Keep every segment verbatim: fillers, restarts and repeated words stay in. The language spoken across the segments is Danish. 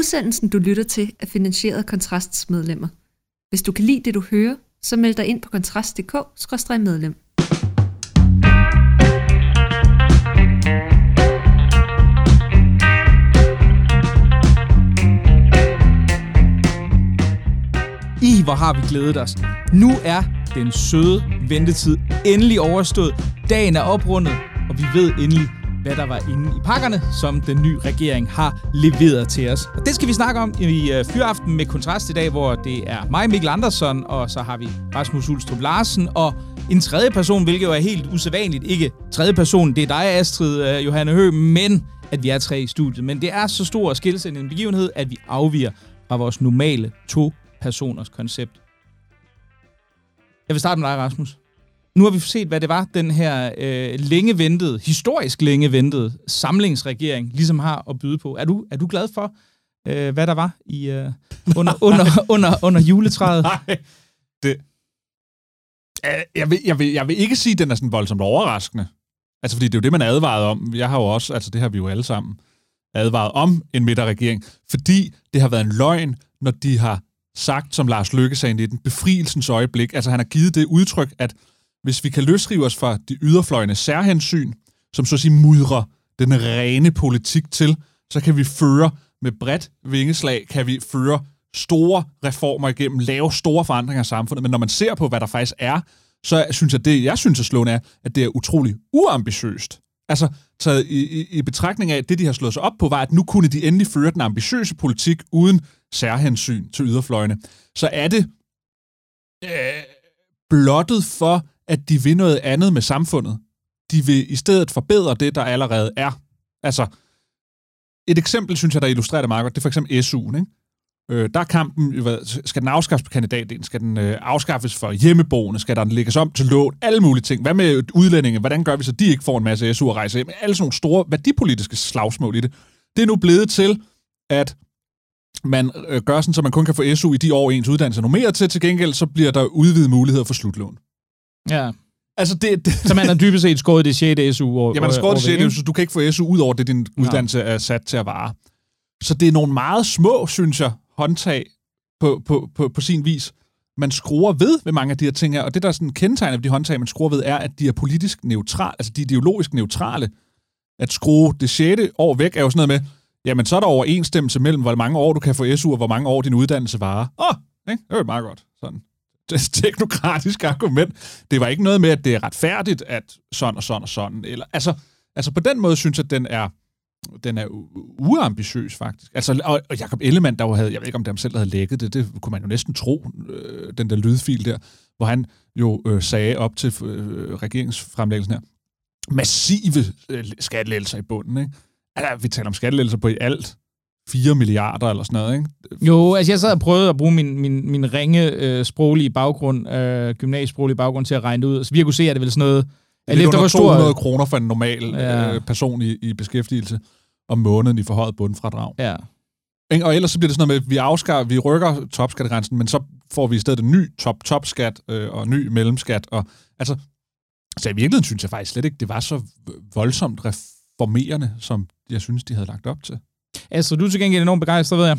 Udsendelsen, du lytter til, er finansieret af Kontrasts medlemmer. Hvis du kan lide det, du hører, så meld dig ind på kontrast punktum d k skråstreg medlem. I, hvor har vi glædet os. Nu er den søde ventetid endelig overstået. Dagen er oprundet, og vi ved endelig, hvad der var inde i pakkerne, som den nye regering har leveret til os. Og det skal vi snakke om i uh, Fyraften med Kontrast i dag, hvor det er mig, Mikkel Andersson, og så har vi Rasmus Ulstrup Larsen, og en tredje person, hvilket jo er helt usædvanligt. Ikke tredje person, det er dig, Astrid uh, Johanne Høgh, men at vi er tre i studiet. Men det er så stor og skelsættende en begivenhed, at vi afviger fra vores normale to personers koncept. Jeg vil starte med dig, Rasmus. Nu har vi set, hvad det var, den her øh, længe ventede, historisk længe ventede samlingsregering ligesom har at byde på. Er du, er du glad for, øh, hvad der var i øh, under, under, under, under juletræet? Nej, det... Jeg vil, jeg, vil, jeg vil ikke sige, at den er sådan voldsomt overraskende. Altså, fordi det er jo det, man er advaret om. Jeg har jo også, altså det har vi jo alle sammen advaret om, en midterregering. Fordi det har været en løgn, når de har sagt, som Lars Løkke sagde i den, befrielsens øjeblik. Altså, han har givet det udtryk, at hvis vi kan løsrive os fra de yderfløjende særhensyn, som så at sige mudrer den rene politik til, så kan vi føre med bredt vingeslag, kan vi føre store reformer igennem, lave store forandringer af samfundet. Men når man ser på, hvad der faktisk er, så synes jeg, det jeg synes er slående er, at det er utrolig uambitiøst. Altså, taget i, i, i betragtning af, at det, de har slået sig op på, var, at nu kunne de endelig føre den ambitiøse politik uden særhensyn til yderfløjene. Så er det øh, blottet for, at de vil noget andet med samfundet. De vil i stedet forbedre det, der allerede er. Altså, et eksempel, synes jeg, der illustrerer det meget godt, det er for eksempel S U'en, ikke? Øh, der er kampen, skal den afskaffes på kandidatdelen? Skal den øh, afskaffes for hjemmeboende? Skal der lægges om til lån? Alle mulige ting. Hvad med udlændinge? Hvordan gør vi så, de ikke får en masse S U at rejse hjem? Alle sådan nogle store værdipolitiske slagsmål i det. Det er nu blevet til, at man øh, gør sådan, så man kun kan få S U i de år, ens uddannelse er normeret til. Til gengæld, så bliver der udvidet muligheder for slutlån. Ja. Altså det, det, så man har dybest set skåret det sjette S U år. Ja, man har skåret det sjette, så du kan ikke få S U ud over det, din uddannelse er sat til at vare. Så det er nogle meget små, synes jeg, håndtag på, på, på, på sin vis. Man skruer ved ved mange af de her ting her, og det, der er sådan kendetegn af de håndtag, man skruer ved, er, at de er politisk neutrale, altså de er ideologisk neutrale. At skrue det sjette år væk er jo sådan noget med, jamen så er der overensstemmelse mellem, hvor mange år du kan få S U, og hvor mange år din uddannelse varer. Åh, oh, ikke? Det er jo meget godt. Sådan. Det er et teknokratisk argument. Det var ikke noget med, at det er retfærdigt, at sådan og sådan og sådan. Eller, altså, altså på den måde synes jeg, at den er den er u- uambitiøs, faktisk. Altså, og, og Jakob Ellemann, der jo havde, jeg ved ikke, om det ham selv havde lækket det, det kunne man jo næsten tro, øh, den der lydfil der, hvor han jo øh, sagde op til øh, regeringsfremlæggelsen her, massive øh, skattelettelser i bunden, ikke? Altså, vi taler om skattelettelser på i alt fire milliarder eller sådan noget, ikke? Jo, altså jeg sad og prøvede at bruge min, min, min ringe øh, sproglige baggrund, øh, gymnasiesproglige baggrund til at regne det ud, så vi kunne se, at det ville sådan noget... Det er lidt to hundrede kroner for en normal ja. øh, person i, i beskæftigelse om måneden i forhøjet bundfradrag. Ja. Og ellers så bliver det sådan noget med, at vi afskar, vi rykker topskattegrænsen, men så får vi i stedet en ny top-top-skat øh, og ny mellemskat. Og, altså, så i virkeligheden synes jeg faktisk slet ikke, det var så voldsomt reformerende, som jeg synes, de havde lagt op til. Altså, du er til gengæld enormt begejstret, ved jeg.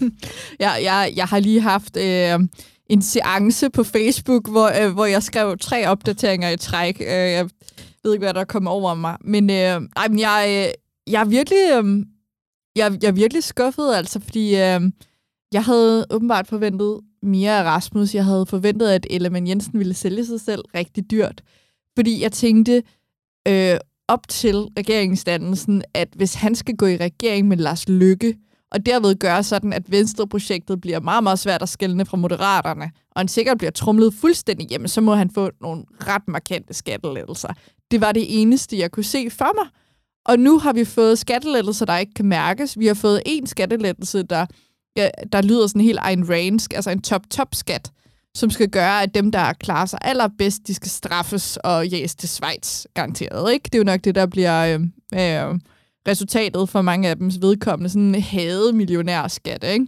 ja, jeg, jeg har lige haft... Øh en seance på Facebook, hvor, øh, hvor jeg skrev tre opdateringer i træk. Øh, jeg ved ikke, hvad der kommer over mig. Men, øh, ej, men jeg, øh, jeg, er virkelig, øh, jeg, jeg er virkelig skuffet, altså, fordi øh, jeg havde åbenbart forventet mere af Rasmus. Jeg havde forventet, at Ellemann Jensen ville sælge sig selv rigtig dyrt. Fordi jeg tænkte øh, op til regeringsdannelsen, at hvis han skal gå i regering med Lars Løkke, og derved gøre sådan, at Venstre-projektet bliver meget, meget svært at skelne fra Moderaterne, og han sikkert bliver trumlet fuldstændig hjemme, så må han få nogle ret markante skattelettelser. Det var det eneste, jeg kunne se for mig. Og nu har vi fået skattelettelser, der ikke kan mærkes. Vi har fået en skattelettelse, der, ja, der lyder sådan helt egen range, altså en top-top-skat, som skal gøre, at dem, der klarer sig allerbedst, de skal straffes og jæges til Schweiz, garanteret. Ikke? Det er jo nok det, der bliver... Øh, øh, resultatet for mange af dems vedkommende, sådan en hademillionærskat, ikke?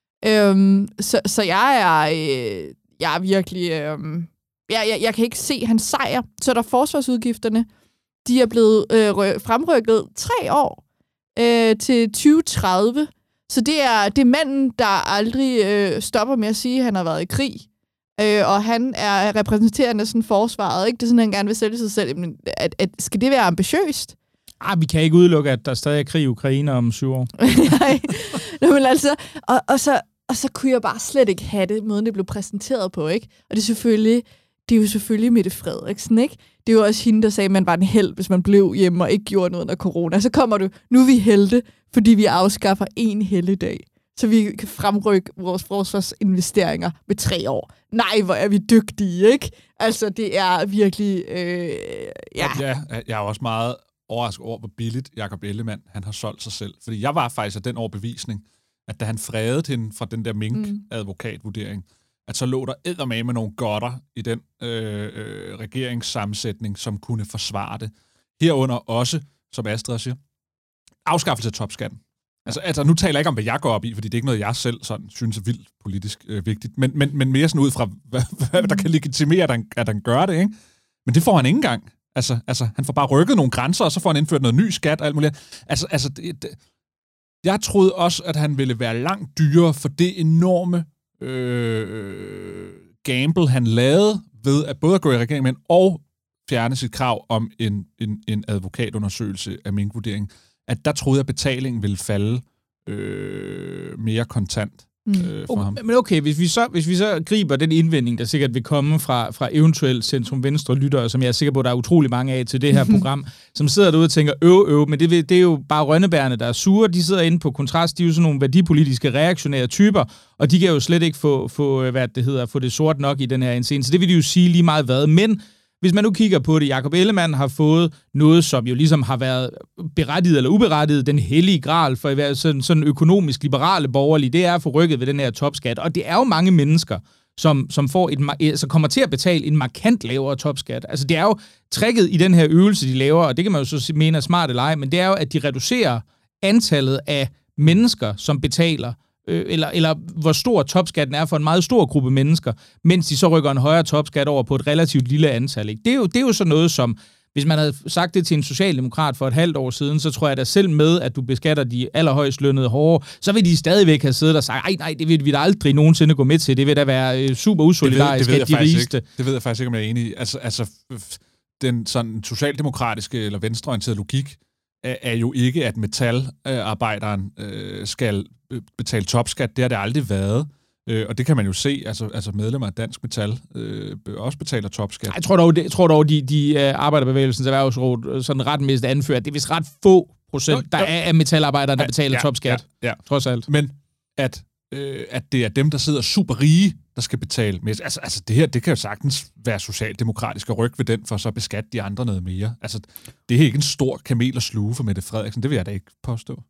Øhm, så, så jeg er, øh, jeg er virkelig, øh, jeg, jeg, jeg kan ikke se hans sejr. Så der forsvarsudgifterne, de er blevet øh, fremrykket tre år øh, til tyve tredive, Så det er, det er manden, der aldrig øh, stopper med at sige, at han har været i krig. Øh, og han er repræsenterende sådan forsvaret. Ikke? Det er sådan, at han gerne vil sælge sig selv. Men at, at, skal det være ambitiøst? Ah, vi kan ikke udelukke, at der stadig er krig i Ukraine om syv år. Nej, Nå, men altså, og, og, så, og så kunne jeg bare slet ikke have det, måden det blev præsenteret på, ikke? Og det er selvfølgelig, det er jo selvfølgelig Mette Frederiksen, ikke? Det er jo også hende, der sagde, at man var en held, hvis man blev hjemme og ikke gjorde noget under corona. Så kommer du, nu er vi helte, fordi vi afskaffer en helligdag, så vi kan fremrykke vores forsvarsinvesteringer med tre år. Nej, hvor er vi dygtige, ikke? Altså, det er virkelig, øh, ja. ja. Jeg er også meget overrasket over, hvor billigt Jakob Ellemann, han har solgt sig selv. Fordi jeg var faktisk af den overbevisning, at da han fredede hende fra den der mink-advokatvurdering, at så lå der eddermame med nogle godter i den øh, øh, regeringssammensætning, som kunne forsvare det. Herunder også, som Astrid siger, afskaffelse af topskatten. Altså, altså, nu taler jeg ikke om, hvad jeg går op i, fordi det er ikke noget, jeg selv sådan, synes er vildt politisk øh, vigtigt, men, men, men mere sådan ud fra, hvad, hvad der kan legitimere, at han, at han gør det, ikke? Men det får han ikke engang. Altså, altså, han får bare rykket nogle grænser, og så får han indført noget ny skat og alt muligt. Altså, altså det, det, jeg troede også, at han ville være langt dyrere for det enorme øh, gamble, han lavede ved at både at gå i regering med og fjerne sit krav om en, en, en advokatundersøgelse af minkvurdering. At der troede jeg, at betalingen ville falde øh, mere kontant. Øh, for okay, ham. Men okay, hvis vi, så, hvis vi så griber den indvending, der sikkert vil komme fra, fra eventuelt centrum-venstre lyttere, som jeg er sikker på, der er utrolig mange af til det her program, som sidder derude og tænker, øv, øv, men det, det er jo bare rønnebærerne, der er sure. De sidder inde på Kontrast, de er jo sådan nogle værdipolitiske reaktionære typer, og de kan jo slet ikke få, få, hvad det hedder, få det sort nok i den her indscene. Så det vil de jo sige lige meget hvad. Men hvis man nu kigger på det, Jakob Ellemann har fået noget, som jo ligesom har været berettiget eller uberettiget, den hellige gral for at være sådan, sådan økonomisk liberale borgerlige, det er at få rykket ved den her topskat. Og det er jo mange mennesker, som, som får et, altså kommer til at betale en markant lavere topskat. Altså det er jo tricket i den her øvelse, de laver, og det kan man jo så mene er smart eller ej, men det er jo, at de reducerer antallet af mennesker, som betaler Eller, eller hvor stor topskatten er for en meget stor gruppe mennesker, mens de så rykker en højere topskat over på et relativt lille antal. Ikke? Det, er jo, det er jo sådan noget, som hvis man havde sagt det til en socialdemokrat for et halvt år siden, så tror jeg da selv med, at du beskatter de allerhøjst lønnede hårde, så vil de stadigvæk have siddet og sagt, ej nej, det vil vi da aldrig nogensinde gå med til. Det vil da være super usolidarisk, at de rigeste. Det ved jeg faktisk ikke, om jeg er enig i. Altså, altså den sådan socialdemokratiske eller venstreorienterede logik er, er jo ikke, at metalarbejderen øh, skal betale topskat. Det har det aldrig været. Øh, og det kan man jo se, altså, altså medlemmer af Dansk Metal øh, også betaler topskat. Jeg tror dog, det, jeg tror dog de, de uh, arbejderbevægelsens erhvervsråd sådan retmæssigt anfører, at det er vist ret få procent, jo, jo. der er af metalarbejdere, der ja, betaler ja, topskat. Ja, ja. Trods alt. Men at, øh, at det er dem, der sidder super rige, der skal betale mest. Altså, altså det her, det kan jo sagtens være socialdemokratisk og rykke ved den, for så beskatte de andre noget mere. Altså, det er ikke en stor kamel at sluge for Mette Frederiksen. Det vil jeg da ikke påstå.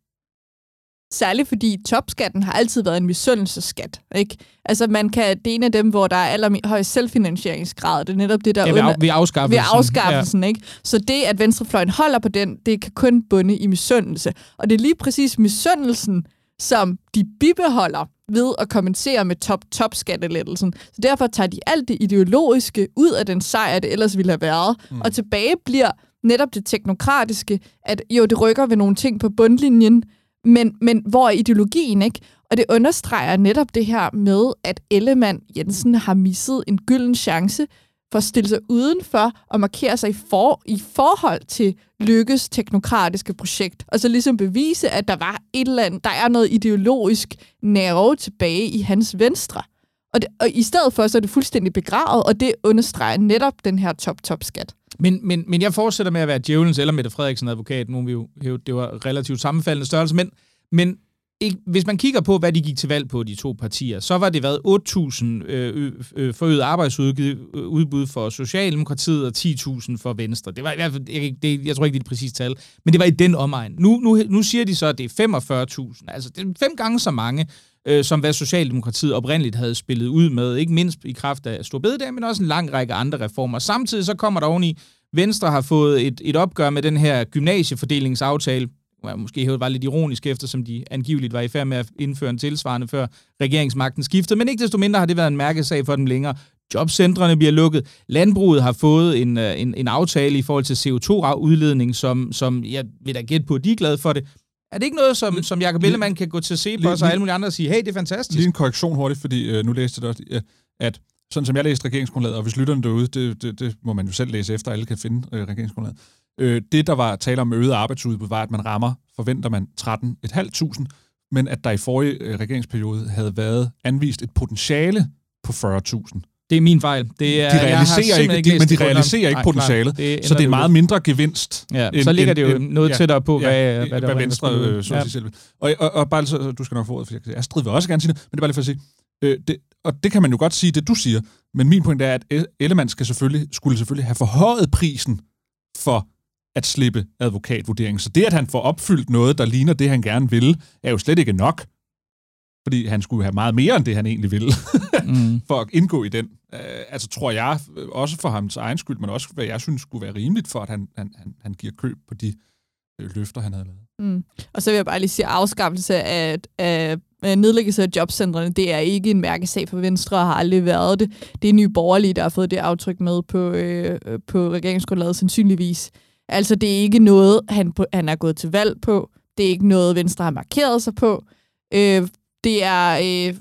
Særligt fordi topskatten har altid været en misundelsesskat, ikke? Altså man kan, det er en af dem, hvor der er allerhøjst selvfinansieringsgrad. Det er netop det, der ja, under, ved afskaffelsen. Ved afskaffelsen, ja. Ikke? Så det, at venstrefløjen holder på den, det kan kun bunde i misundelse. Og det er lige præcis misundelsen, som de bibeholder ved at kompensere med top-top-skattelettelsen. Så derfor tager de alt det ideologiske ud af den sejr, det ellers ville have været. Mm. Og tilbage bliver netop det teknokratiske, at jo, det rykker ved nogle ting på bundlinjen, Men, men hvor er ideologien, ikke? Og det understreger netop det her med, at Ellemann Jensen har misset en gylden chance for at stille sig udenfor og markere sig i, for, i forhold til Løkkes teknokratiske projekt. Og så ligesom bevise, at der var et eller andet, der er noget ideologisk nerve tilbage i hans venstre. Og, det, og i stedet for, så er det fuldstændig begravet, og det understreger netop den her top-top-skat. Men, men, men jeg fortsætter med at være djævelens eller Mette Frederiksen advokat. Nu vi jo, det var relativt sammenfaldende størrelse, men, men ikke, hvis man kigger på, hvad de gik til valg på, de to partier, så var det været otte tusind øh, øh, forøget arbejdsudbud for Socialdemokratiet og ti tusind for Venstre. Det var i hvert fald, jeg, det, jeg tror ikke, det er det præcise tal, men det var i den omegn. Nu, nu, nu siger de så, at det er femogfyrre tusind. Altså det er fem gange så mange, øh, som hvad Socialdemokratiet oprindeligt havde spillet ud med. Ikke mindst i kraft af Store Bededag, men også en lang række andre reformer. Samtidig så kommer der oveni, Venstre har fået et, et opgør med den her gymnasiefordelingsaftale. Måske hævet var lidt ironisk, eftersom de angiveligt var i færd med at indføre en tilsvarende før regeringsmagten skiftede. Men ikke desto mindre har det været en mærkesag for dem længere. Jobcentrene bliver lukket. Landbruget har fået en, en, en aftale i forhold til C O to udledning, som, som jeg vil da gætte på, at de er glade for det. Er det ikke noget, som, som Jacob Ellemann kan gå til Cepos og alle mulige andre og sige, hey, det er fantastisk? Lige en korrektion hurtigt, fordi øh, nu læste jeg det også, at sådan som jeg læste regeringsgrundlaget, og hvis lytterne derude, det, det, det må man jo selv læse efter, alle kan finde øh, regeringsgrundlaget. Øh, det, der var tale om øget arbejdsudbud, var, at man rammer, forventer man tretten tusind fem hundrede, men at der i forrige øh, regeringsperiode havde været anvist et potentiale på fyrre tusind. Det er min fejl. Det er, de realiserer ikke, ikke de, men de realiserer ikke potentialet, det så det er meget mindre gevinst. Ja, end, så ligger det jo end, noget ja, tættere på, hvad, ja, hvad, hvad, hvad Venstre øh, så ja. Sige selv. Og, og, og bare så, du skal nok få ordet, for jeg strider også gerne sige det, men det er bare lige for at sige, øh, det, og det kan man jo godt sige, det du siger, men min point er, at Ellemann skal selvfølgelig, skulle selvfølgelig have forhøjet prisen for at slippe advokatvurderingen. Så det, at han får opfyldt noget, der ligner det, han gerne vil, er jo slet ikke nok. Fordi han skulle have meget mere end det, han egentlig ville, mm. for at indgå i den. Uh, altså tror jeg, også for hans egen skyld, men også hvad jeg synes skulle være rimeligt for, at han, han, han, han giver køb på de øh, løfter, han havde lavet. Mm. Og så vil jeg bare lige sige, at afskaffelse af, af, af nedlæggelse af jobcentrene, det er ikke en mærkesag for Venstre, og har aldrig været det. Det er Nye Borgerlige, der har fået det aftryk med på, øh, på regeringsgrundlaget sandsynligvis. Altså, det er ikke noget, han, på, han er gået til valg på. Det er ikke noget, Venstre har markeret sig på. Øh, det er... Øh,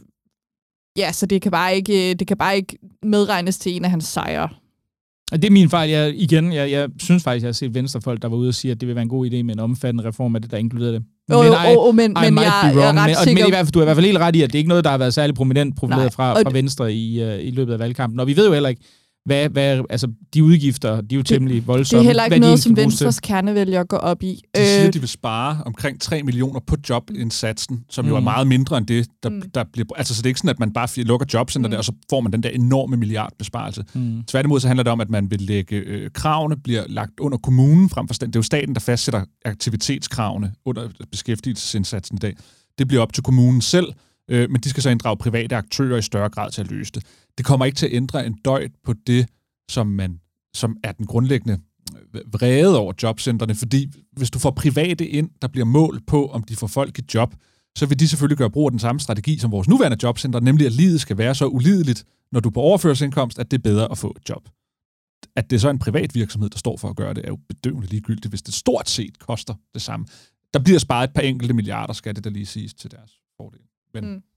ja, så det kan, bare ikke, det kan bare ikke medregnes til en af hans sejre. Det er min fejl. Jeg, igen, jeg, jeg synes faktisk, jeg har set venstrefolk, der var ude og sige, at det vil være en god idé med en omfattende reform af det, der inkluderer det. Jo, jo, jo, men, men jeg, jeg er ret men, sikker... Men i hvert fald, du er i hvert fald helt ret i, at det er ikke noget, der har været særlig prominent profileret fra, fra Venstre i, uh, i løbet af valgkampen. Og vi ved jo heller ikke, hvad, hvad, altså, de udgifter, de er jo temmelig voldsomme. Det er heller ikke noget, som Venstres kernevælgere går op i. De siger, at de vil spare omkring tre millioner på jobindsatsen, som mm. jo er meget mindre end det, der, mm. der bliver... Altså, så det er ikke sådan, at man bare lukker jobcenter mm. der, og så får man den der enorme milliardbesparelse. Mm. Tværtimod så handler det om, at man vil lægge... Øh, kravene bliver lagt under kommunen frem for staten. Det er jo staten, der fastsætter aktivitetskravene under beskæftigelsesindsatsen i dag. Det bliver op til kommunen selv, øh, men de skal så inddrage private aktører i større grad til at løse det. Det kommer ikke til at ændre en døjt på det, som, man, som er den grundlæggende vrede over jobcentrene, fordi hvis du får private ind, der bliver mål på, om de får folk i job, så vil de selvfølgelig gøre brug af den samme strategi som vores nuværende jobcenter, nemlig at livet skal være så ulideligt, når du er på overførselsindkomst, at det er bedre at få et job. At det er så en privat virksomhed, der står for at gøre det, er jo bedøvende ligegyldigt, hvis det stort set koster det samme. Der bliver sparet et par enkelte milliarder, skal det der lige siges til deres fordel. Men mm.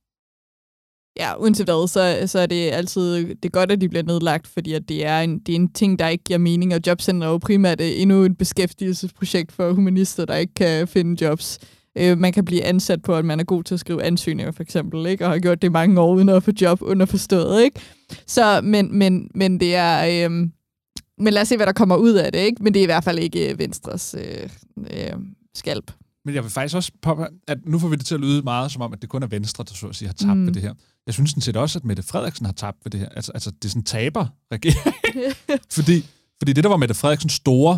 Ja, uanset hvad, så, så er det altid det er godt, at de bliver nedlagt, fordi at det, er en, det er en ting, der ikke giver mening, og jobcenter er jo primært endnu et beskæftigelsesprojekt for humanister, der ikke kan finde jobs. Øh, man kan blive ansat på, at man er god til at skrive ansøgninger, for eksempel, ikke? Og har gjort det mange år uden at få job underforstået, ikke? Så, men, men, men det er... Øh, men lad os se, hvad der kommer ud af det, ikke? Men det er i hvert fald ikke Venstres øh, øh, skalp. Men jeg vil faktisk også påpege, at nu får vi det til at lyde meget som om, at det kun er Venstre, der så at sige har tabt mm. ved det her. Jeg synes sådan set også, at Mette Frederiksen har tabt ved det her. Altså, altså det er sådan en taber-regering. fordi, fordi det, der var Mette Frederiksens store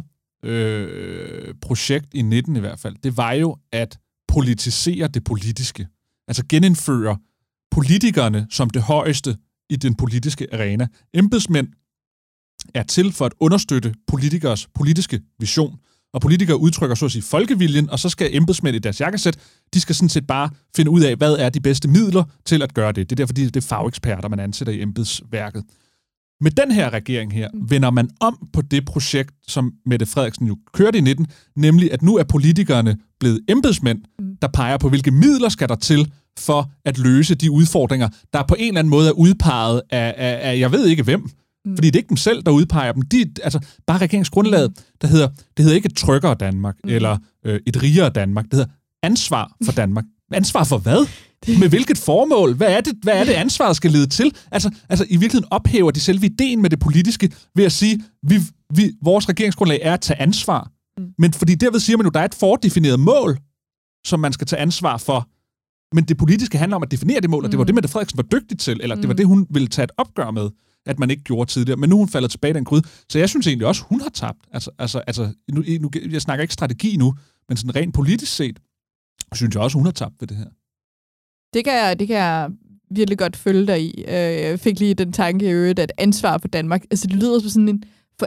øh, projekt i nitten i hvert fald, det var jo at politisere det politiske. Altså genindføre politikerne som det højeste i den politiske arena. Embedsmænd er til for at understøtte politikers politiske vision. Og politikere udtrykker så at sige folkeviljen, og så skal embedsmænd i deres jakkesæt, de skal sådan set bare finde ud af, hvad er de bedste midler til at gøre det. Det er derfor, de, det er fageksperter, man ansætter i embedsværket. Med den her regering her, vender man om på det projekt, som Mette Frederiksen jo kørte i nitten, nemlig at nu er politikerne blevet embedsmænd, der peger på, hvilke midler skal der til for at løse de udfordringer, der på en eller anden måde er udpeget af, af, af jeg ved ikke hvem. Mm. Fordi det er ikke dem selv, der udpeger dem. De, altså, bare regeringsgrundlaget, der hedder, det hedder ikke et tryggere Danmark, mm. eller øh, et rigere Danmark. Det hedder ansvar for Danmark. Ansvar for hvad? Med hvilket formål? Hvad er det, hvad er det ansvaret skal lede til? Altså, altså, i virkeligheden ophæver de selve ideen med det politiske, ved at sige, vi, vi, vores regeringsgrundlag er at tage ansvar. Mm. Men fordi derved siger man jo, der er et fordefineret mål, som man skal tage ansvar for. Men det politiske handler om at definere det mål, og det var det, Mette Frederiksen var dygtig til, eller det var det, hun ville tage et opgør med, at man ikke gjorde tidligere. Men nu er hun faldet tilbage i den gryde. Så jeg synes egentlig også, hun har tabt. Altså, altså, altså nu, nu, jeg snakker ikke strategi nu, men sådan rent politisk set, synes jeg også, hun har tabt ved det her. Det kan jeg, det kan jeg virkelig godt følge dig i. Jeg fik lige den tanke i øvrigt, at ansvar for Danmark, altså det lyder som sådan en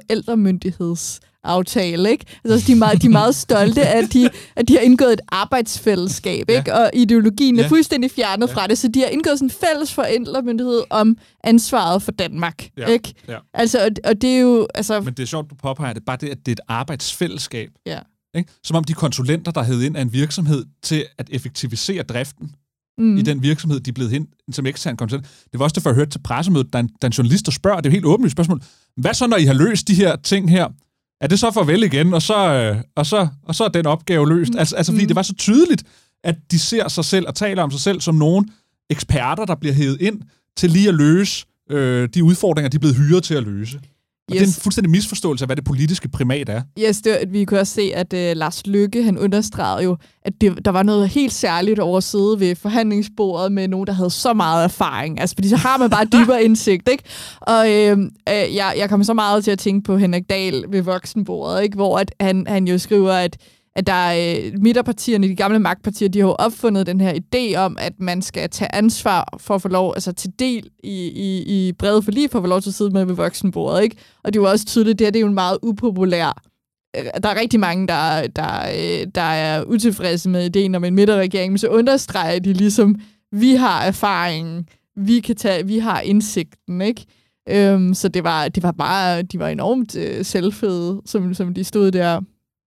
forældremyndighedsaftale, ikke? Altså de er meget, de er meget stolte, at de, at de har indgået et arbejdsfællesskab, ikke? Ja. Og ideologien er ja. fuldstændig fjernet ja. fra det, så de har indgået sådan en fælles forældremyndighed om ansvaret for Danmark, ja. ikke? Ja. Altså, og, og det er jo... Altså... Men det er sjovt, du påpeger det. Bare det, at det er et arbejdsfællesskab. Ja. Ikke? Som om de konsulenter, der hed ind af en virksomhed til at effektivisere driften mm. i den virksomhed, de er blevet hen som ekstern konsulent. Det var også derfor, jeg hørte til pressemødet, der en, der en journalist, der spørger, det er jo helt åbenlyst spørgsmål, hvad så, når I har løst de her ting her? Er det så farvel igen, og så, øh, og så, og så er den opgave løst? Mm. Altså, altså fordi mm. det var så tydeligt, at de ser sig selv og taler om sig selv som nogle eksperter, der bliver hævet ind til lige at løse øh, de udfordringer, de er blevet hyret til at løse. Og yes. Det er en fuldstændig misforståelse af, hvad det politiske primat er. Yes, det, vi kunne også se, at uh, Lars Løkke, han understregede jo, at det, der var noget helt særligt over at sidde ved forhandlingsbordet med nogen, der havde så meget erfaring. Altså, fordi så har man bare dybere indsigt, ikke? Og øh, øh, jeg, jeg kom så meget til at tænke på Henrik Dahl ved voksenbordet, ikke? Hvor at han, han jo skriver, at at der er øh, midterpartierne, de gamle magtpartier, de har jo opfundet den her idé om, at man skal tage ansvar for at få lov, altså til del i, i, i brede forlig, for at få lov til at sidde med ved voksenbordet, ikke? Og det er jo også tydeligt, det her det er jo en meget upopulær. Der er rigtig mange, der, der, der er utilfredse med ideen om en midterregering, men så understreger de ligesom, vi har erfaringen, vi kan tage, vi har indsigten, ikke? Øhm, så det var, det var bare, de var enormt øh, selvfede, som, som de stod der.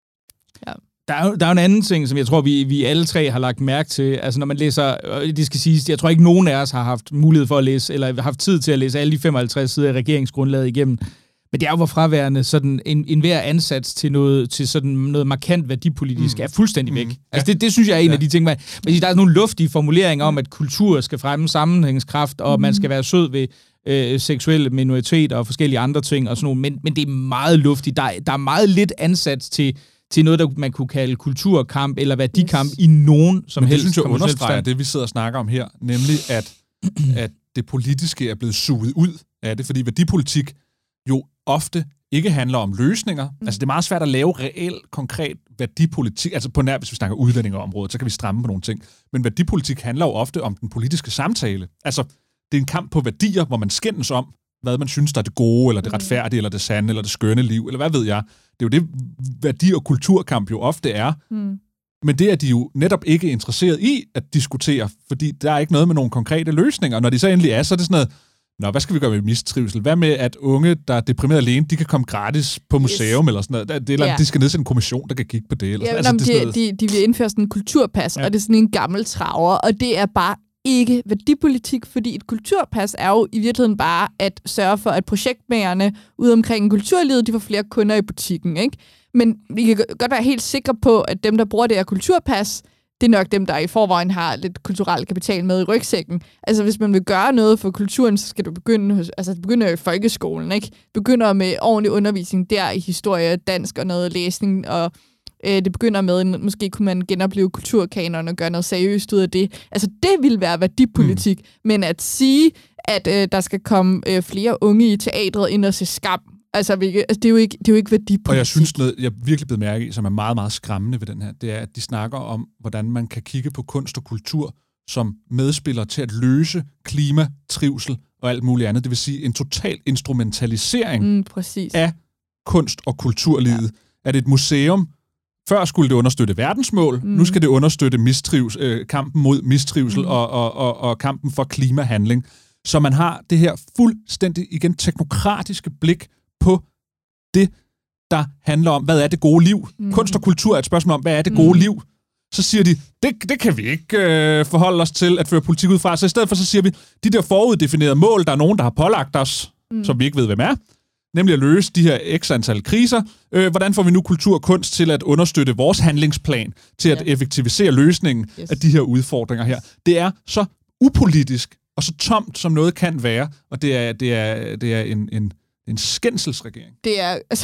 Ja. Der er, jo, der er jo en anden ting, som jeg tror, vi, vi alle tre har lagt mærke til. Altså, når man læser, det skal siges, jeg tror ikke, nogen af os har haft mulighed for at læse, eller haft tid til at læse alle de femoghalvtreds sider af regeringsgrundlaget igennem. Men det er jo, hvor fraværende sådan en, en hver ansats til noget, til sådan noget markant værdipolitisk mm. er fuldstændig væk. Mm. Altså, det, det synes jeg er en ja. af de ting, man, men der er nogle luftige formuleringer om, at kultur skal fremme sammenhængskraft, og mm. man skal være sød ved øh, seksuelle minoriteter og forskellige andre ting, og sådan nogle, men, men det er meget luftigt. Der, der er meget lidt ansats til til noget, der man kunne kalde kulturkamp eller værdikamp yes. i nogen som Men helst. det synes jeg understreger det, vi sidder og snakker om her, nemlig at, at det politiske er blevet suget ud af det, fordi værdipolitik jo ofte ikke handler om løsninger. Mm. Altså det er meget svært at lave reelt, konkret værdipolitik, altså på nær, hvis vi snakker udlændingeområdet, så kan vi stramme på nogle ting. Men værdipolitik handler jo ofte om den politiske samtale. Altså det er en kamp på værdier, hvor man skændes om, hvad man synes, der er det gode, eller det retfærdige, eller det sande, eller det skønne liv, eller hvad ved jeg. Det er jo det, værdi- og kulturkamp jo ofte er. Mm. Men det er de jo netop ikke interesseret i at diskutere, fordi der er ikke noget med nogle konkrete løsninger. Og når de så endelig er, så er det sådan noget, nå, hvad skal vi gøre med mistrivsel? Hvad med, at unge, der er deprimeret alene, de kan komme gratis på museum, yes. eller sådan noget? Det er, eller, yeah. De skal nedsætte en kommission, der kan kigge på det. Eller ja, altså, jamen, det er de, de, de vil indføre sådan en kulturpas, ja. og det er sådan en gammel traver, og det er bare ikke værdipolitik, fordi et kulturpas er jo i virkeligheden bare at sørge for, at projektmagerne ude omkring kulturlivet, de får flere kunder i butikken, ikke? Men vi kan godt være helt sikre på, at dem, der bruger det her kulturpas, det er nok dem, der i forvejen har lidt kulturel kapital med i rygsækken. Altså, hvis man vil gøre noget for kulturen, så skal du begynde, hos, altså, begynde i folkeskolen, ikke? Begynder med ordentlig undervisning der i historie, dansk og noget læsning, og øh, det begynder med, måske kunne man genopleve kulturkanon og gøre noget seriøst ud af det. Altså, det vil være værdipolitik. Mm. Men at sige, at øh, der skal komme øh, flere unge i teatret ind og se Skam, altså, altså det, er jo ikke, det er jo ikke værdipolitik. Og jeg synes noget, jeg virkelig blevet mærke i, som er meget, meget skræmmende ved den her, det er, at de snakker om, hvordan man kan kigge på kunst og kultur som medspiller til at løse klima, trivsel og alt muligt andet. Det vil sige en total instrumentalisering mm, præcis. af kunst- og kulturlivet. Ja. At et museum, før skulle det understøtte verdensmål, mm. nu skal det understøtte mistrivsel, øh, kampen mod mistrivsel mm. og, og, og, og kampen for klimahandling. Så man har det her fuldstændig, igen, teknokratiske blik på det, der handler om, hvad er det gode liv? Mm. Kunst og kultur er et spørgsmål om, hvad er det gode mm. liv? Så siger de, det, det kan vi ikke øh, forholde os til at føre politik ud fra. Så i stedet for, så siger vi, de der foruddefinerede mål, der er nogen, der har pålagt os, mm. som vi ikke ved, hvem er, nemlig at løse de her x antal kriser. Øh, hvordan får vi nu kultur og kunst til at understøtte vores handlingsplan, til at yeah. effektivisere løsningen yes. af de her udfordringer her? Det er så upolitisk og så tomt, som noget kan være, og det er, det er, det er en, en, en skændselsregering. Det er, altså...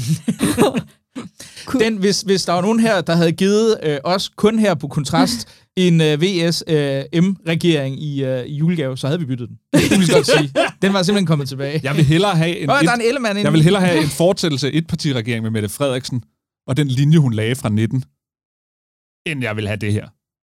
Den, hvis, hvis der var nogen her, der havde givet øh, os kun her på Kontrast en øh, V S M-regering i, øh, i julegave, så havde vi byttet den. Det kan vi godt sige. Den var simpelthen kommet tilbage. Jeg vil hellere have en, oh, et, der er en Ellemann jeg vil hellere have en fortsættelse af etpartiregering med Mette Frederiksen, og den linje, hun lagde fra nitten, end jeg vil have det her.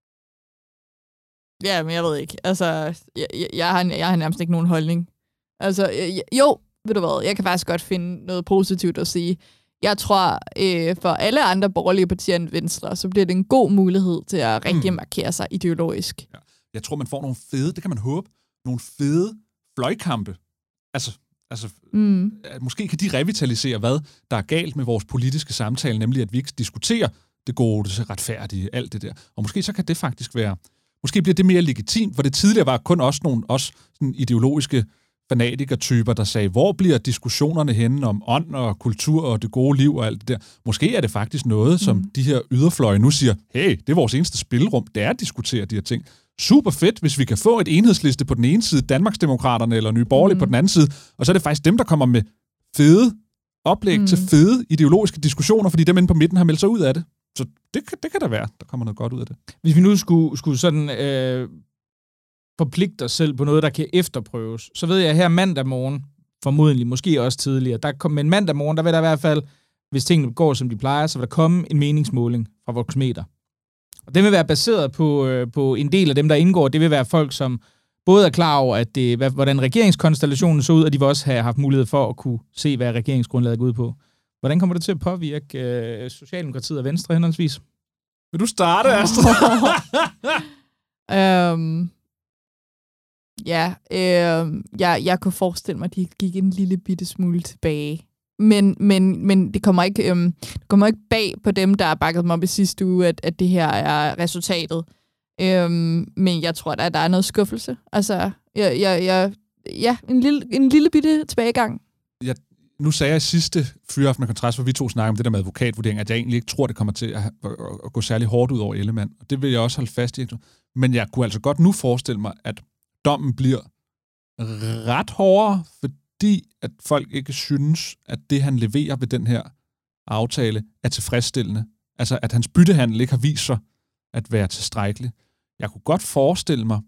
Ja, men jeg ved ikke. Altså, jeg, jeg, jeg, har, jeg har nærmest ikke nogen holdning. Altså, jeg, jo, ved du hvad, jeg kan faktisk godt finde noget positivt at sige. Jeg tror, øh, for alle andre borgerlige partier end Venstre, så bliver det en god mulighed til at rigtig mm. markere sig ideologisk. Ja. Jeg tror, man får nogle fede, det kan man håbe, nogle fede fløjkampe. Altså, altså mm. måske kan de revitalisere, hvad der er galt med vores politiske samtale, nemlig at vi ikke diskuterer det gode, det retfærdige, alt det der. Og måske så kan det faktisk være, måske bliver det mere legitimt, hvor det tidligere var kun også nogle også sådan ideologiske fanatikertyper, der sagde, hvor bliver diskussionerne henne om ånd og kultur og det gode liv og alt det der. Måske er det faktisk noget, som mm. de her yderfløje nu siger, hey, det er vores eneste spilrum, det er at diskutere de her ting. Super fedt, hvis vi kan få et enhedsliste på den ene side, Danmarksdemokraterne eller Nye Borgerlige mm. på den anden side, og så er det faktisk dem, der kommer med fede oplæg mm. til fede ideologiske diskussioner, fordi dem inde på midten har meldt sig ud af det. Så det, det kan da være, der kommer noget godt ud af det. Hvis vi nu skulle, skulle sådan øh, forpligte os selv på noget, der kan efterprøves, så ved jeg her mandag morgen, formodentlig, måske også tidligere, der kom, men mandag morgen, der vil der i hvert fald, hvis tingene går, som de plejer, så vil der komme en meningsmåling fra Voxmeter. Og den vil være baseret på, øh, på en del af dem, der indgår. Det vil være folk, som både er klar over, at det, hvad, hvordan regeringskonstellationen så ud, og de vil også have haft mulighed for at kunne se, hvad regeringsgrundlaget går ud på. Hvordan kommer det til at påvirke øh, Socialdemokratiet og Venstre henholdsvis? Vil du starte, Astrid? øhm, ja, øh, jeg, jeg kunne forestille mig, at de gik en lille bitte smule tilbage. Men, men, men det, kommer ikke, øhm, det kommer ikke bag på dem, der har bakket dem op i sidste uge, at, at det her er resultatet. Øhm, men jeg tror, at der er noget skuffelse. Altså, jeg, jeg, jeg, ja, en lille, en lille bitte tilbagegang. Jeg, nu sagde jeg i sidste Fyraften med Kontrast, hvor vi to snakker om det der med advokatvurdering, at jeg egentlig ikke tror, det kommer til at, at, at gå særlig hårdt ud over Ellemann. Og det vil jeg også holde fast i. Men jeg kunne altså godt nu forestille mig, at dommen bliver ret hårdere, fordi at folk ikke synes, at det, han leverer ved den her aftale, er tilfredsstillende. Altså, at hans byttehandel ikke har vist sig at være tilstrækkelig. Jeg kunne godt forestille mig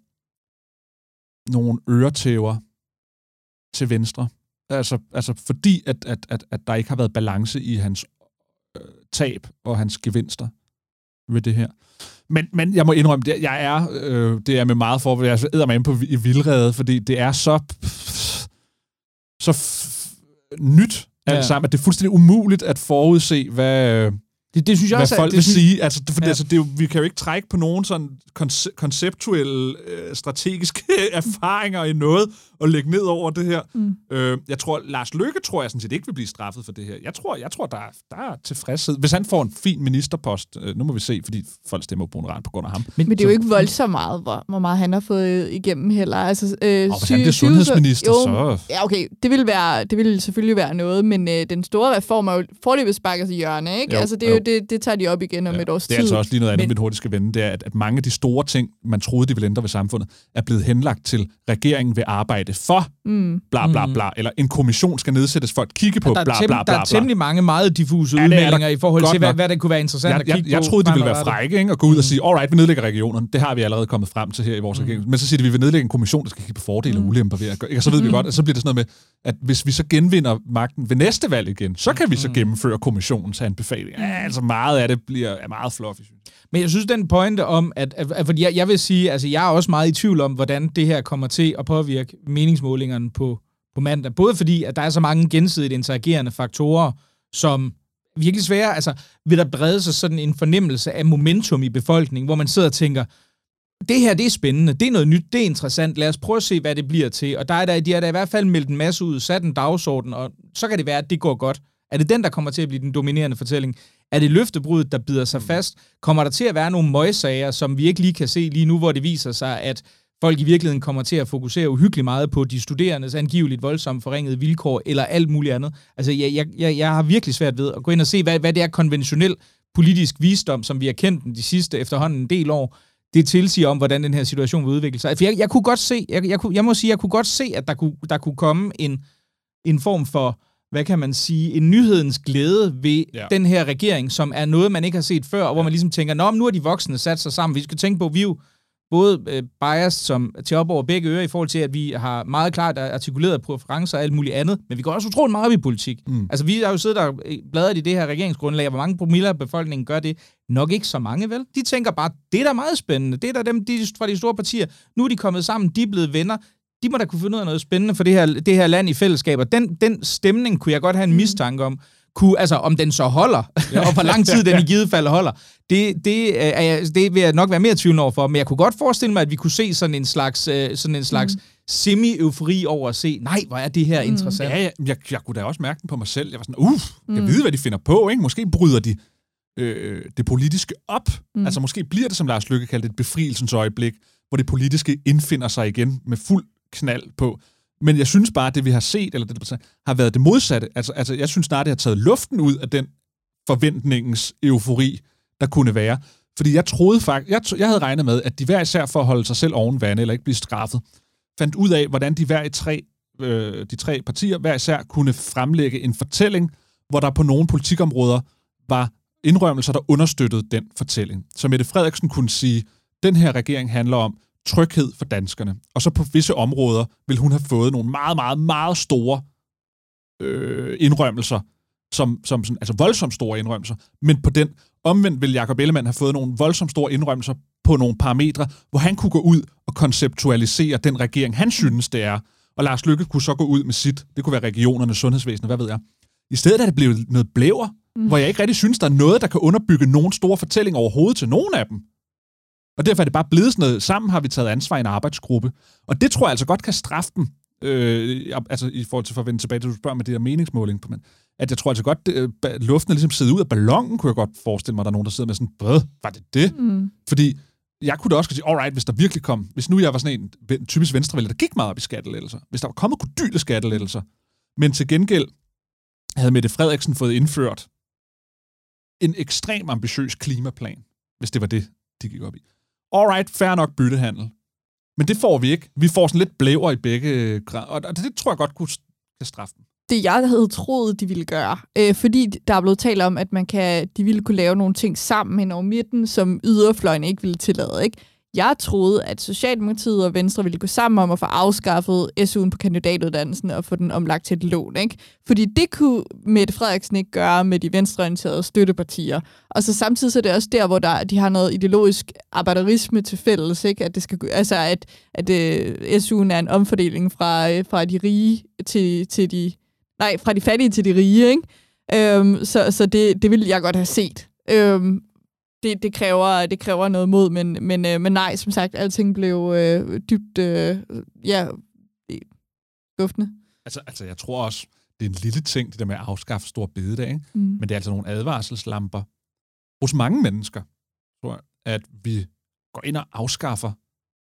nogle øretæver til venstre. Altså, altså fordi, at, at, at, at der ikke har været balance i hans øh, tab og hans gevinster ved det her. Men, men jeg må indrømme, det, jeg er, øh, det er med meget for, jeg æder mig ind på i vildrede, fordi det er så, så f- nyt alt ja. sammen, at det er fuldstændig umuligt at forudse, hvad... Det, det synes jeg hvad også, folk det vil synes... sige. Altså, det, for, ja. altså, det er jo, vi kan jo ikke trække på nogen sådan konce- konceptuelle, øh, strategiske erfaringer i noget og lægge ned over det her. Mm. Øh, jeg tror, Lars Løkke tror jeg sådan set ikke vil blive straffet for det her. Jeg tror, jeg tror der, er, der er tilfredshed. Hvis han får en fin ministerpost, øh, nu må vi se, fordi folk stemmer på en ret på grund af ham. Men, Men det er jo ikke voldsomt meget, hvor, hvor meget han har fået igennem heller. Altså, øh, og hvis han bliver sundhedsminister, jo, så... Ja, okay, det vil, være, det vil selvfølgelig være noget, men øh, den store reform er jo foreløbig sparket i hjørne, ikke? Jo, altså, det, er jo, det, det tager de op igen om ja, et års tid. Det er altså også lige noget andet, men... mit hurtigt skal vende, det er, at, at mange af de store ting, man troede, de ville ændre ved samfundet, er blevet henlagt til, regeringen vil arbejde for, mm. bla bla bla, eller en kommission skal nedsættes for at kigge på, bla bla bla bla. Der er temmelig mange meget diffuse ja, udmeldinger i forhold til, hvad, hvad det kunne være interessant jeg, at kigge jeg, jeg, på. Jeg troede, de ville være frække, ikke? Og gå ud mm. og sige, alright, vi nedlægger regionerne. Det har vi allerede kommet frem til her i vores mm. regering. Men så siger de, vi vil nedlægge en kommission, der skal kigge på fordele og ulemper ved at gøre. Og så ved mm. vi godt, at så bliver det sådan noget med, at hvis vi så genvinder magten ved næste valg igen, så kan vi så gennemføre kommissionens anbefaling. Ja, altså meget af det bliver er meget fluffy. Men jeg synes, den pointe om, at, at, at fordi jeg, jeg vil sige, altså jeg er også meget i tvivl om, hvordan det her kommer til at påvirke meningsmålingerne på, på mandag. Både fordi, at der er så mange gensidigt interagerende faktorer, som virkelig svære, altså vil der brede sig sådan en fornemmelse af momentum i befolkningen, hvor man sidder og tænker, det her, det er spændende, det er noget nyt, det er interessant, lad os prøve at se, hvad det bliver til. Og der er der, de har der i hvert fald meldt en masse ud, sat en dagsorden, og så kan det være, at det går godt. Er det den, der kommer til at blive den dominerende fortælling? Er det løftebruddet, der bider sig fast? Kommer der til at være nogle møgsager, som vi ikke lige kan se lige nu, hvor det viser sig, at folk i virkeligheden kommer til at fokusere uhyggeligt meget på de studerendes angiveligt voldsomt forringede vilkår, eller alt muligt andet? Altså, jeg, jeg, jeg, jeg har virkelig svært ved at gå ind og se, hvad, hvad det er konventionel politisk visdom, som vi har kendt den de sidste efterhånden en del år, det tilsiger om, hvordan den her situation vil udvikle sig. For jeg, jeg kunne godt se, jeg, jeg, jeg må sige, jeg kunne godt se, at der kunne, der kunne komme en, en form for, hvad kan man sige, en nyhedens glæde ved ja. den her regering, som er noget, man ikke har set før, og hvor man ligesom tænker, nå, nu er de voksne sat sig sammen. Vi skal tænke på, at vi jo både øh, biased som til op over begge ører, i forhold til, at vi har meget klart artikuleret præferencer og alt muligt andet, men vi går også utroligt meget op i politik. Mm. Altså, vi har jo siddet og bladret i det her regeringsgrundlag, hvor mange promiller af befolkningen gør det. Nok ikke så mange, vel? De tænker bare, det er da meget spændende. Det er da dem de, fra de store partier. Nu er de kommet sammen, de er blevet venner. De må da kunne finde ud af noget spændende for det her, det her land i fællesskab. Og den, den stemning kunne jeg godt have en mistanke om. Kunne, altså, om den så holder, og hvor lang tid den i givet fald holder, det, det, er jeg, det vil jeg nok være mere tvivl over for. Men jeg kunne godt forestille mig, at vi kunne se sådan en slags, sådan en slags mm. semi-eufori over at se, nej, hvor er det her mm. interessant. Ja, jeg, jeg, jeg kunne da også mærke den på mig selv. Jeg var sådan, uff, jeg mm. ved, hvad de finder på, ikke? Måske bryder de øh, det politiske op. Mm. Altså måske bliver det, som Lars Løkke kaldte, et befrielsens øjeblik, hvor det politiske indfinder sig igen med fuld knald på. Men jeg synes bare, at det vi har set, eller det, har været det modsatte. Altså, altså jeg synes snart, det har taget luften ud af den forventningens eufori, der kunne være. Fordi jeg troede faktisk, jeg, jeg havde regnet med, at de hver især for at holde sig selv oven vande, eller ikke blive straffet, fandt ud af, hvordan de hver i tre, øh, de tre partier hver især kunne fremlægge en fortælling, hvor der på nogle politikområder var indrømmelser, der understøttede den fortælling. Så Mette Frederiksen kunne sige, den her regering handler om tryghed for danskerne. Og så på visse områder vil hun have fået nogle meget, meget, meget store øh, indrømmelser, som, som sådan, altså voldsomt store indrømmelser, men på den omvendt vil Jakob Ellemann have fået nogle voldsomt store indrømmelser på nogle parametre, hvor han kunne gå ud og konceptualisere den regering, han synes, det er. Og Lars Løkke kunne så gå ud med sit, det kunne være regionerne, sundhedsvæsenet, hvad ved jeg. I stedet er det blevet noget blæver, mm. hvor jeg ikke rigtig synes, der er noget, der kan underbygge nogen store fortælling overhovedet til nogen af dem. Og derfor er det bare blevet sådan noget, sammen har vi taget ansvar i en arbejdsgruppe. Og det tror jeg altså godt kan straffe dem, øh, altså i forhold til for at vende tilbage til, du spørger med det her meningsmåling, men at jeg tror altså godt, det, luften er ligesom siddet ud af ballonen, kunne jeg godt forestille mig, der er nogen, der sidder med sådan, hvad, var det det? Mm. Fordi jeg kunne da også sige, alright, hvis der virkelig kom, hvis nu jeg var sådan en typisk venstrevælger, der gik meget op i skattelettelser, hvis der var kommet kodyle skattelettelser, men til gengæld havde Mette Frederiksen fået indført en ekstrem ambitiøs klimaplan, hvis det var det, de gik op i. Alright, fair nok byttehandel. Men det får vi ikke. Vi får sådan lidt blæver i begge grader, og det, det tror jeg godt kunne straffe dem. Det jeg havde troet, de ville gøre, øh, fordi der er blevet talt om, at man kan, de ville kunne lave nogle ting sammen hen over midten, som yderfløjen ikke ville tillade, ikke? Jeg troede, at Socialdemokratiet og Venstre ville gå sammen om at få afskaffet S U'en på kandidatuddannelsen og få den omlagt til et lån, ikke? Fordi det kunne Mette Frederiksen ikke gøre med de venstreorienterede støttepartier. Og så samtidig så er det også der, hvor der, de har noget ideologisk arbejderisme til fælles, ikke? At det skal, altså at, at uh, S U'en er en omfordeling fra, fra de rige til, til de nej, fra de fattige til de rige, ikke? Øhm, så så det, det ville jeg godt have set. Øhm, Det, det, kræver, det kræver noget mod, men, men, øh, men nej, som sagt, alting blev øh, dybt øh, ja, duftende. Altså, altså, jeg tror også, det er en lille ting, det der med at afskaffe store bededag, ikke? Mm. Men det er altså nogle advarselslamper hos mange mennesker, tror jeg, at vi går ind og afskaffer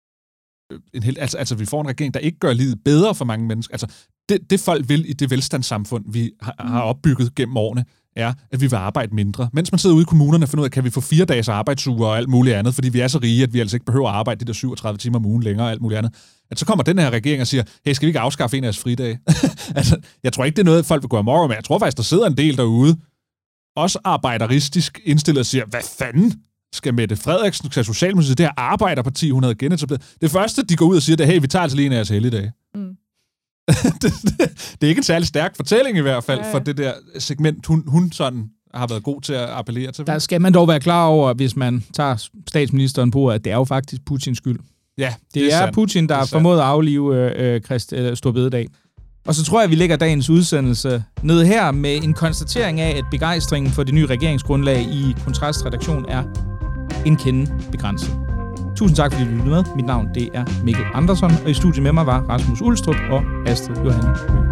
en hel, altså, altså, vi får en regering, der ikke gør livet bedre for mange mennesker. Altså, det, det folk vil i det velstandssamfund, vi har, har opbygget gennem årene, er, at vi vil arbejde mindre. Mens man sidder ude i kommunerne og finder ud af, kan vi få fire dages arbejdsuger og alt muligt andet, fordi vi er så rige, at vi altså ikke behøver at arbejde de der syvogtredive timer om ugen længere og alt muligt andet. At så kommer den her regering og siger, hey, skal vi ikke afskaffe en af jeres fridage? Altså, jeg tror ikke, det er noget, folk vil gå amok med. Jeg tror faktisk, der sidder en del derude, også arbejderistisk indstillet og siger, hvad fanden skal Mette Frederiksen, skal Socialdemokratiet, det her arbejderparti, hun havde genetableret. Det første, de går ud og siger, det er, hey, vi tager altså lige en af jeres helligdage. Mm. det, det, det er ikke en særlig stærk fortælling i hvert fald, ja. For det der segment, hun, hun sådan har været god til at appellere til. Der skal man dog være klar over, hvis man tager statsministeren på, at det er jo faktisk Putins skyld. Ja, det, det er, er Putin, der har formået at aflive øh, Christ, øh, Store Bededag. Og så tror jeg, vi lægger dagens udsendelse ned her med en konstatering af, at begejstringen for det nye regeringsgrundlag i Kontrastredaktion er en kende begrænset. Tusind tak, fordi du lyttede med. Mit navn det er Mikkel Andersson, og i studiet med mig var Rasmus Ulstrup og Astrid Johanne.